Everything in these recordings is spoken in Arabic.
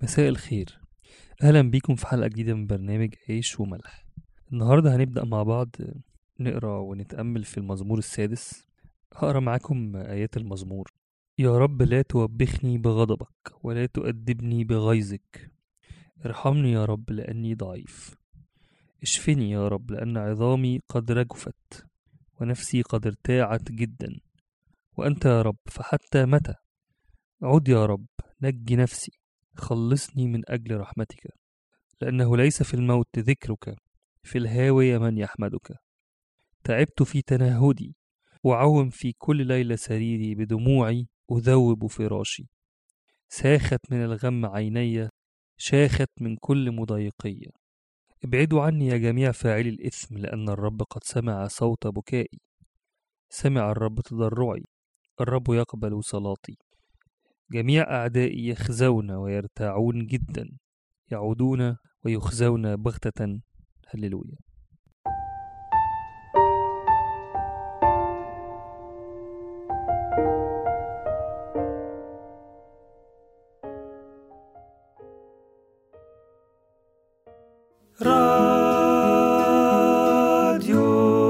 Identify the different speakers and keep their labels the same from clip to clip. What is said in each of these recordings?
Speaker 1: مساء الخير. أهلا بيكم في حلقة جديدة من برنامج عيش وملح. النهاردة هنبدأ مع بعض نقرأ ونتأمل في المزمور السادس. هقرأ معاكم آيات المزمور. يا رب لا توبخني بغضبك ولا تؤدبني بغيظك. ارحمني يا رب لأني ضعيف. اشفني يا رب لأن عظامي قد رجفت ونفسي قد ارتاعت جدا. وأنت يا رب فحتى متى؟ عد يا رب، نجي نفسي، خلصني من أجل رحمتك. لأنه ليس في الموت ذكرك، في الهاوية من يحمدك. تعبت في تنهدي، وعوم في كل ليلة سريري، بدموعي أذوب فراشي. ساخت من الغم عيني، شاخت من كل مضايقية. ابعدوا عني يا جميع فاعلي الإثم، لأن الرب قد سمع صوت بكائي. سمع الرب تضرعي، الرب يقبل صلاتي. جميع أعدائي يخزون ويرتاعون جدا، يعودون ويخزون بغتة. هللويا.
Speaker 2: راديو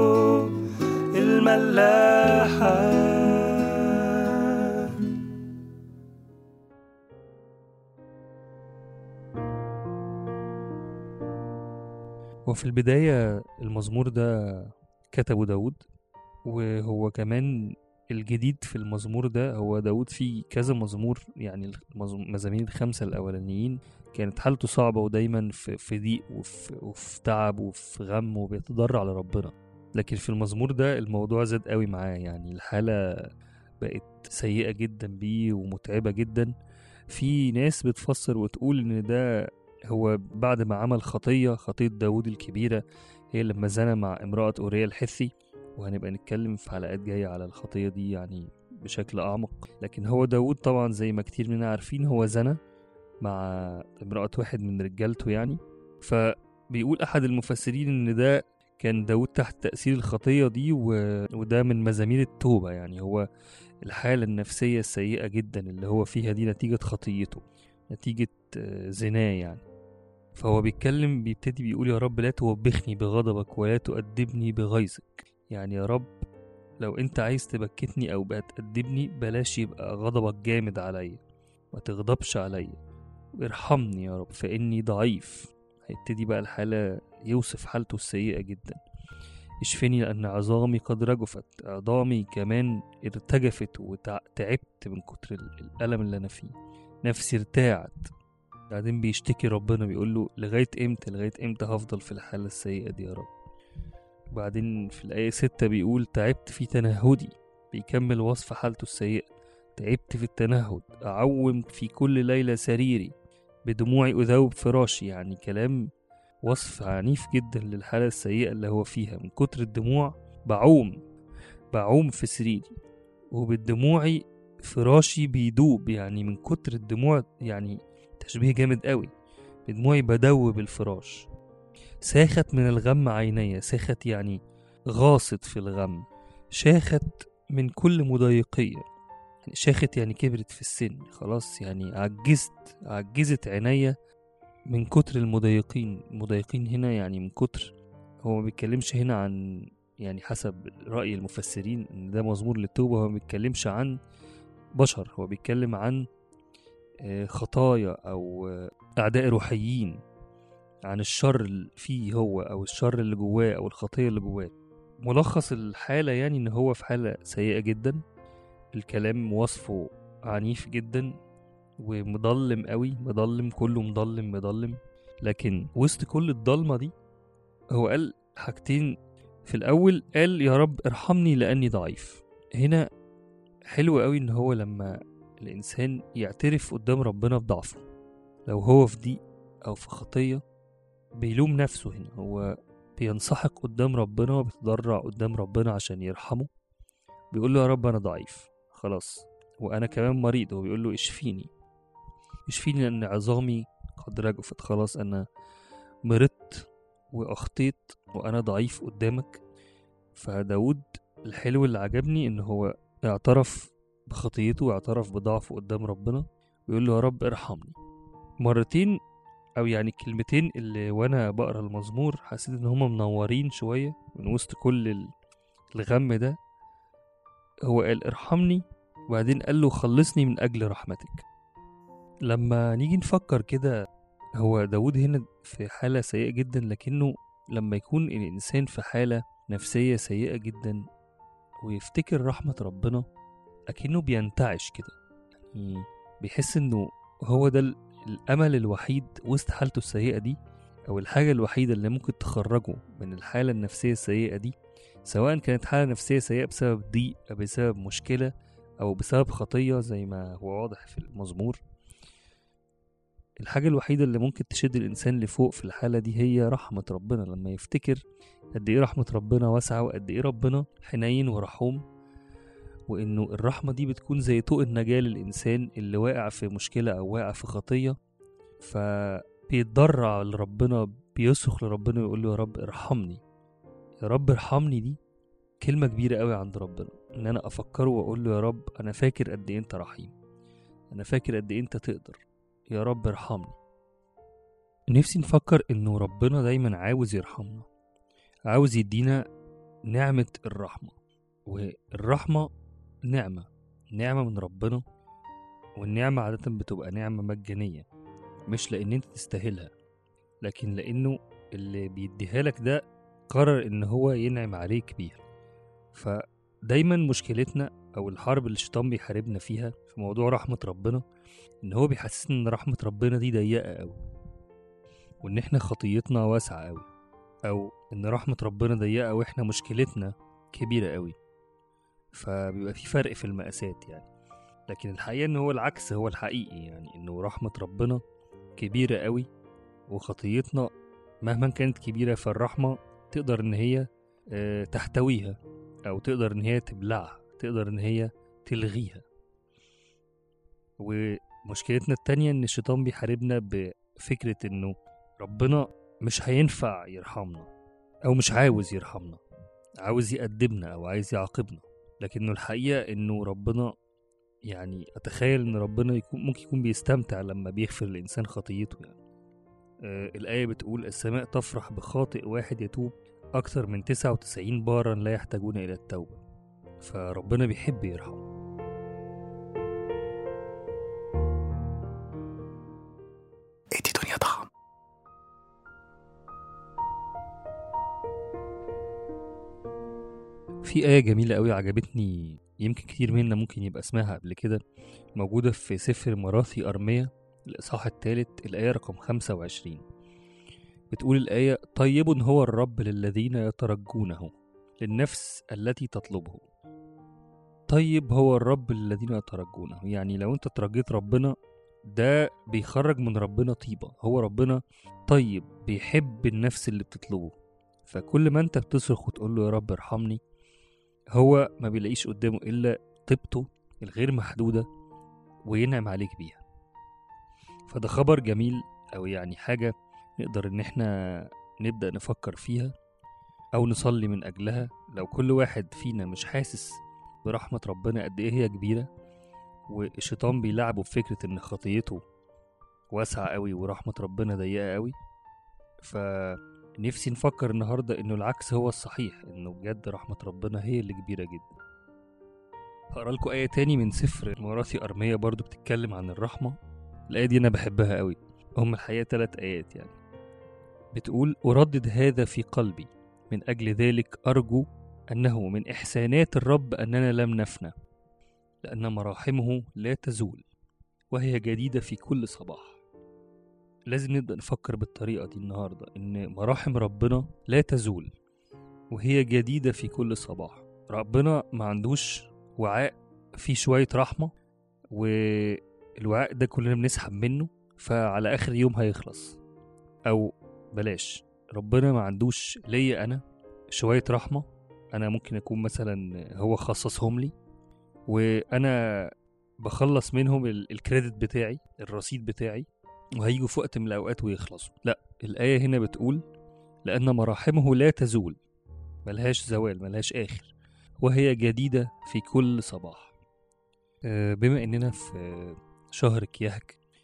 Speaker 2: الملاحة.
Speaker 1: وفي البداية المزمور ده كتبه داود، وهو كمان الجديد في المزمور ده هو داود فيه كذا مزمور. يعني المزامير الخمسة الأولانيين كانت حالته صعبة ودايما في ضيق وفي تعب وفي غم وبيتضرع على ربنا. لكن في المزمور ده الموضوع زاد قوي معاه، يعني الحالة بقت سيئة جدا بيه ومتعبة جدا. في ناس بتفسر وتقول إن ده هو بعد ما عمل خطية داود الكبيرة، هي لما زنى مع امرأة أوريا الحثي. وهنبقى نتكلم في حلقات جاية على الخطية دي يعني بشكل أعمق. لكن هو داود طبعا زي ما كتير مننا عارفين هو زنى مع امرأة واحد من رجالته يعني. فبيقول أحد المفسرين إن ده كان داود تحت تأثير الخطية دي وده من مزامير التوبة. يعني هو الحالة النفسية السيئة جدا اللي هو فيها دي نتيجة خطيته، نتيجة زناه يعني. فهو بيبتدي بيقول يا رب لا توبخني بغضبك ولا تؤدبني بغيظك. يعني يا رب لو انت عايز تبكتني او بقى تأدبني بلاش يبقى غضبك جامد عليا، ما تغضبش عليا، ارحمني يا رب فإني ضعيف. هيبتدي بقى الحالة يوصف حالته السيئة جدا. اشفني لأن عظامي قد رجفت، عظامي كمان ارتجفت وتعبت من كتر الألم اللي أنا فيه، نفسي ارتاعت. بعدين بيشتكي ربنا بيقول له لغاية امتى هفضل في الحالة السيئة دي يا رب. وبعدين في الآية 6 بيقول تعبت في تنهدي، بيكمل وصف حالته السيئة. تعبت في التنهد، أعوم في كل ليلة سريري، بدموعي أذوب فراشي. يعني كلام وصف عنيف جدا للحالة السيئة اللي هو فيها. من كتر الدموع بعوم في سريري، وبالدموع فراشي بيدوب. يعني من كتر الدموع، يعني تشبيه جامد قوي، بدموعي بدوب الفراش. ساخت من الغم عيني، ساخت يعني غاصت في الغم. شاخت من كل مضايقية، يعني شاخت يعني كبرت في السن خلاص، يعني عجزت عيني من كتر المضايقين هنا يعني من كتر. هو ما بيتكلمش هنا عن، يعني حسب رأي المفسرين ان ده مزمور للتوبة، هو ما بيتكلمش عن بشر، هو بيتكلم عن خطايا او اعداء روحيين، عن الشر اللي فيه هو او الشر اللي جواه او الخطية اللي جواه. ملخص الحالة يعني ان هو في حالة سيئة جدا. الكلام وصفه عنيف جدا ومضلم قوي، مضلم كله مضلم. لكن وسط كل الضلمة دي هو قال حاجتين. في الأول قال يا رب ارحمني لأني ضعيف. هنا حلو قوي إن هو لما الإنسان يعترف قدام ربنا بضعفه، لو هو في ضيق أو في خطية بيلوم نفسه. هنا هو بينسحق قدام ربنا وبيتضرع قدام ربنا عشان يرحمه. بيقول له يا رب أنا ضعيف خلاص، وأنا كمان مريض. هو بيقول له اشفيني لأن عظامي قد رجفت، خلاص أنا مرضت وأخطيت وأنا ضعيف قدامك. فداود الحلو اللي عجبني إن هو اعترف بخطيته واعترف بضعفه قدام ربنا، ويقول له يا رب ارحمني. مرتين او يعني الكلمتين اللي وانا بقرا المزمور حسيت ان هما منورين شويه من وسط كل الغم ده. هو قال ارحمني، وبعدين قال له خلصني من اجل رحمتك. لما نيجي نفكر كده، هو داود هنا في حالة سيئة جدا، لكنه لما يكون الإنسان في حالة نفسية سيئة جدا ويفتكر رحمة ربنا أكنه بينتعش كده، يعني بيحس إنه هو ده الأمل الوحيد وسط حالته السيئة دي، أو الحاجة الوحيدة اللي ممكن تخرجه من الحالة النفسية السيئة دي، سواء كانت حالة نفسية سيئة بسبب ضيق أو بسبب مشكلة أو بسبب خطية زي ما هو واضح في المزمور. الحاجة الوحيدة اللي ممكن تشد الإنسان لفوق في الحالة دي هي رحمة ربنا، لما يفتكر قد إيه رحمة ربنا واسعة، وقد إيه ربنا حنين ورحوم، وإنه الرحمة دي بتكون زي طوق النجاة للإنسان اللي واقع في مشكلة أو واقع في خطية، فبيتضرع لربنا، بيصرخ لربنا ويقول له يا رب ارحمني، يا رب ارحمني. دي كلمة كبيرة قوي عند ربنا، إن أنا أفكره وأقول له يا رب أنا فاكر قد إيه أنت رحيم، أنا فاكر قد إيه أنت تقدر، يا رب ارحمني. نفسي نفكر إنه ربنا دايما عاوز يرحمنا، عاوز يدينا نعمة الرحمة، والرحمة نعمة من ربنا، والنعمة عادة بتبقى نعمة مجانية، مش لأن انت تستاهلها، لكن لأنه اللي بيديها لك ده قرر إن هو ينعم عليك بيها. فدايما مشكلتنا أو الحرب اللي الشيطان بيحاربنا فيها في موضوع رحمة ربنا، إن هو بيحسسنا إن رحمة ربنا دي ضيقة أوي، وإن إحنا خطيتنا واسعة أوي، أو إن رحمة ربنا ضيقة وإحنا مشكلتنا كبيرة أوي. فبيبقى في فرق في المقاسات يعني، لكن الحقيقة إن هو العكس هو الحقيقي، يعني إنه رحمة ربنا كبيرة أوي، وخطيتنا مهما كانت كبيرة فالرحمة تقدر إن هي تحتويها، أو تقدر إن هي تبلعها، تقدر إن هي تلغيها. ومشكلتنا التانية إن الشيطان بيحاربنا بفكرة إنه ربنا مش هينفع يرحمنا، أو مش عاوز يرحمنا، عاوز يأدبنا أو عايز يعاقبنا. لكنه الحقيقة إنه ربنا، يعني أتخيل إن ربنا ممكن يكون بيستمتع لما بيغفر الإنسان خطيته يعني. الآية بتقول السماء تفرح بخاطئ واحد يتوب أكثر من 99 بارا لا يحتاجون إلى التوبة. فربنا بيحب يرحم.
Speaker 2: ادي دنيا طعم.
Speaker 1: في آية جميلة قوي عجبتني، يمكن كتير منا ممكن يبقى اسمها قبل كده، موجودة في سفر مراثي أرمية الإصحاح 3 الآية رقم 25. بتقول الآية طيب هو الرب للذين يترجونه، للنفس التي تطلبه. طيب هو الرب للذين يترجونه، يعني لو انت ترجيت ربنا ده بيخرج من ربنا طيبة. هو ربنا طيب، بيحب النفس اللي بتطلبه، فكل ما انت بتصرخ وتقول له يا رب ارحمني، هو ما بيلاقيش قدامه إلا طيبته الغير محدودة وينعم عليك بيها. فده خبر جميل، أو يعني حاجة نقدر إن احنا نبدأ نفكر فيها أو نصلي من أجلها. لو كل واحد فينا مش حاسس برحمة ربنا قد إيه هي كبيرة، والشيطان بيلعبه بفكرة إن خطيته واسعة قوي ورحمة ربنا ضيقة قوي، فنفسي نفكر النهاردة إنه العكس هو الصحيح، إنه بجد رحمة ربنا هي اللي كبيرة جدا. هقرأ لكم آية تاني من سفر مراثي أرمية برضو بتتكلم عن الرحمة. الآية دي أنا بحبها قوي، هم الحقيقة 3 آيات يعني. بتقول أردد هذا في قلبي، من أجل ذلك أرجو أنه من إحسانات الرب أننا لم نفنى، لأن مراحمه لا تزول وهي جديدة في كل صباح. لازم نبدأ نفكر بالطريقة دي النهاردة، إن مراحم ربنا لا تزول وهي جديدة في كل صباح. ربنا ما عندوش وعاء فيه شوية رحمة والوعاء ده كلنا بنسحب منه فعلى آخر يوم هيخلص. أو بلاش، ربنا ما عندوش ليا أنا شوية رحمة أنا ممكن أكون مثلا هو خصصهم لي وأنا بخلص منهم الكريدت بتاعي، الرصيد بتاعي، وهيجوا في وقت من الأوقات ويخلصوا. لا، الآية هنا بتقول لأن مراحمه لا تزول، ملهاش زوال، ملهاش آخر، وهي جديدة في كل صباح. بما إننا في شهر كيهك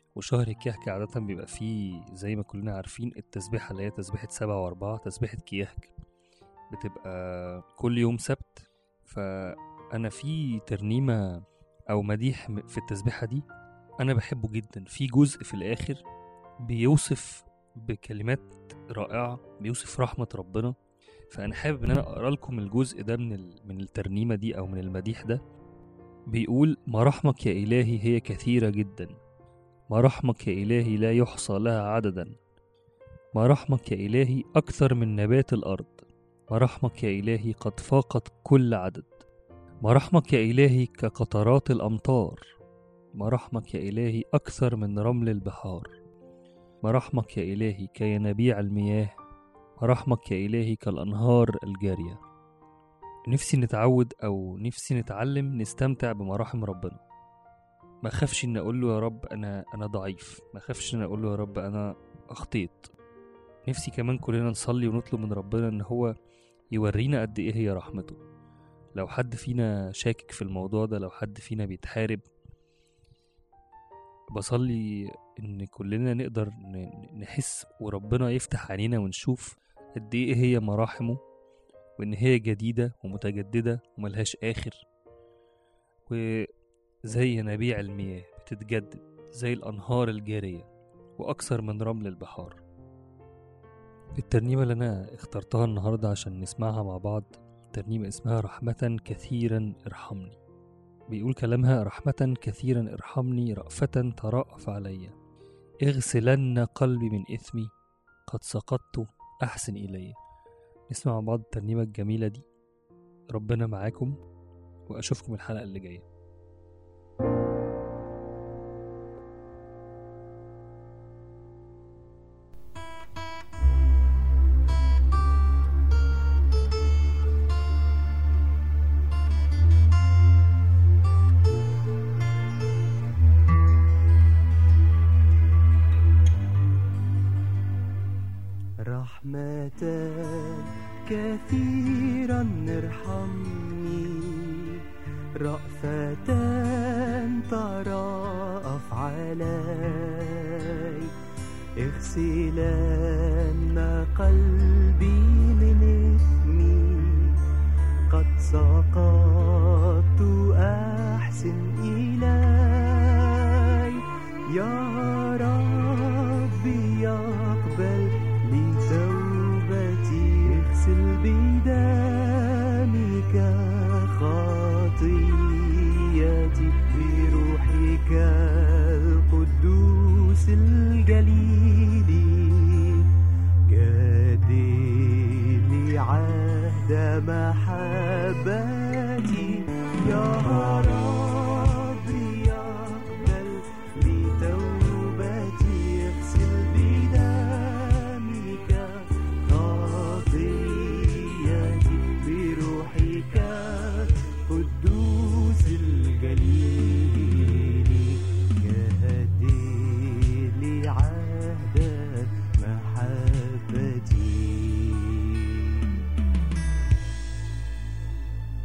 Speaker 1: وشهر الكيهك عادة بيبقى فيه زي ما كلنا عارفين التسبيحة اللي هي تسبيحة 7 و4، تسبيحة كيهك بتبقى كل يوم سبت. فأنا في ترنيمة أو مديح في التسبيحة دي أنا بحبه جدا. في جزء في الآخر بيوصف بكلمات رائعة، بيوصف رحمة ربنا. فأنا حابب إن أنا أقرأ لكم الجزء ده من الترنيمة دي أو من المديح ده. بيقول: مراحمك يا إلهي هي كثيرة جدا، مراحمك يا إلهي لا يحصى لها عددا، مراحمك يا إلهي أكثر من نبات الأرض، مراحمك يا إلهي قد فاقت كل عدد، مراحمك يا إلهي كقطرات الأمطار، مراحمك يا إلهي أكثر من رمل البحار، مراحمك يا إلهي كينابيع المياه، مراحمك يا إلهي كالأنهار الجارية. نفسي نتعود أو نفسي نتعلم نستمتع بمراحم ربنا. ما خافش إن أقول له يا رب أنا ضعيف، ما خافش إن أقول له يا رب أنا أخطيت. نفسي كمان كلنا نصلي ونطلب من ربنا إن هو يورينا قد إيه هي رحمته. لو حد فينا شاكك في الموضوع ده، لو حد فينا بيتحارب، بصلي إن كلنا نقدر نحس وربنا يفتح علينا ونشوف قد إيه هي مراحمه، وإن هي جديدة ومتجددة وملهاش آخر، وزي ينابيع المياه بتتجدد زي الأنهار الجارية وأكثر من رمل البحار. الترنيمة اللي أنا اخترتها النهاردة عشان نسمعها مع بعض ترنيمة اسمها رحمة كثيرا ارحمني. بيقول كلامها: رحمة كثيرا ارحمني، رأفة ترأف علي، اغسلن قلبي من إثمي، قد سقطت أحسن إلي. نسمع مع بعض الترنيمة الجميلة دي. ربنا معاكم، وأشوفكم الحلقة اللي جاية.
Speaker 3: رحمة كثيرا ارحمني، رأفة ترأف علي، اغسلن قلبي من إثمي، قد سقطت أحسن إلي. يا ربي يقبل لتوبتي، اغسل بدمك خطيئتي، بروحك القدوس الجليل، جدد لي عهد محبتي. يا ربي يقبل لتوبتي، اغسل بدمك خطيئتي، بروحك قدوس الجليل، جدد لي عهد محبتي.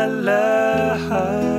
Speaker 1: الملاحة.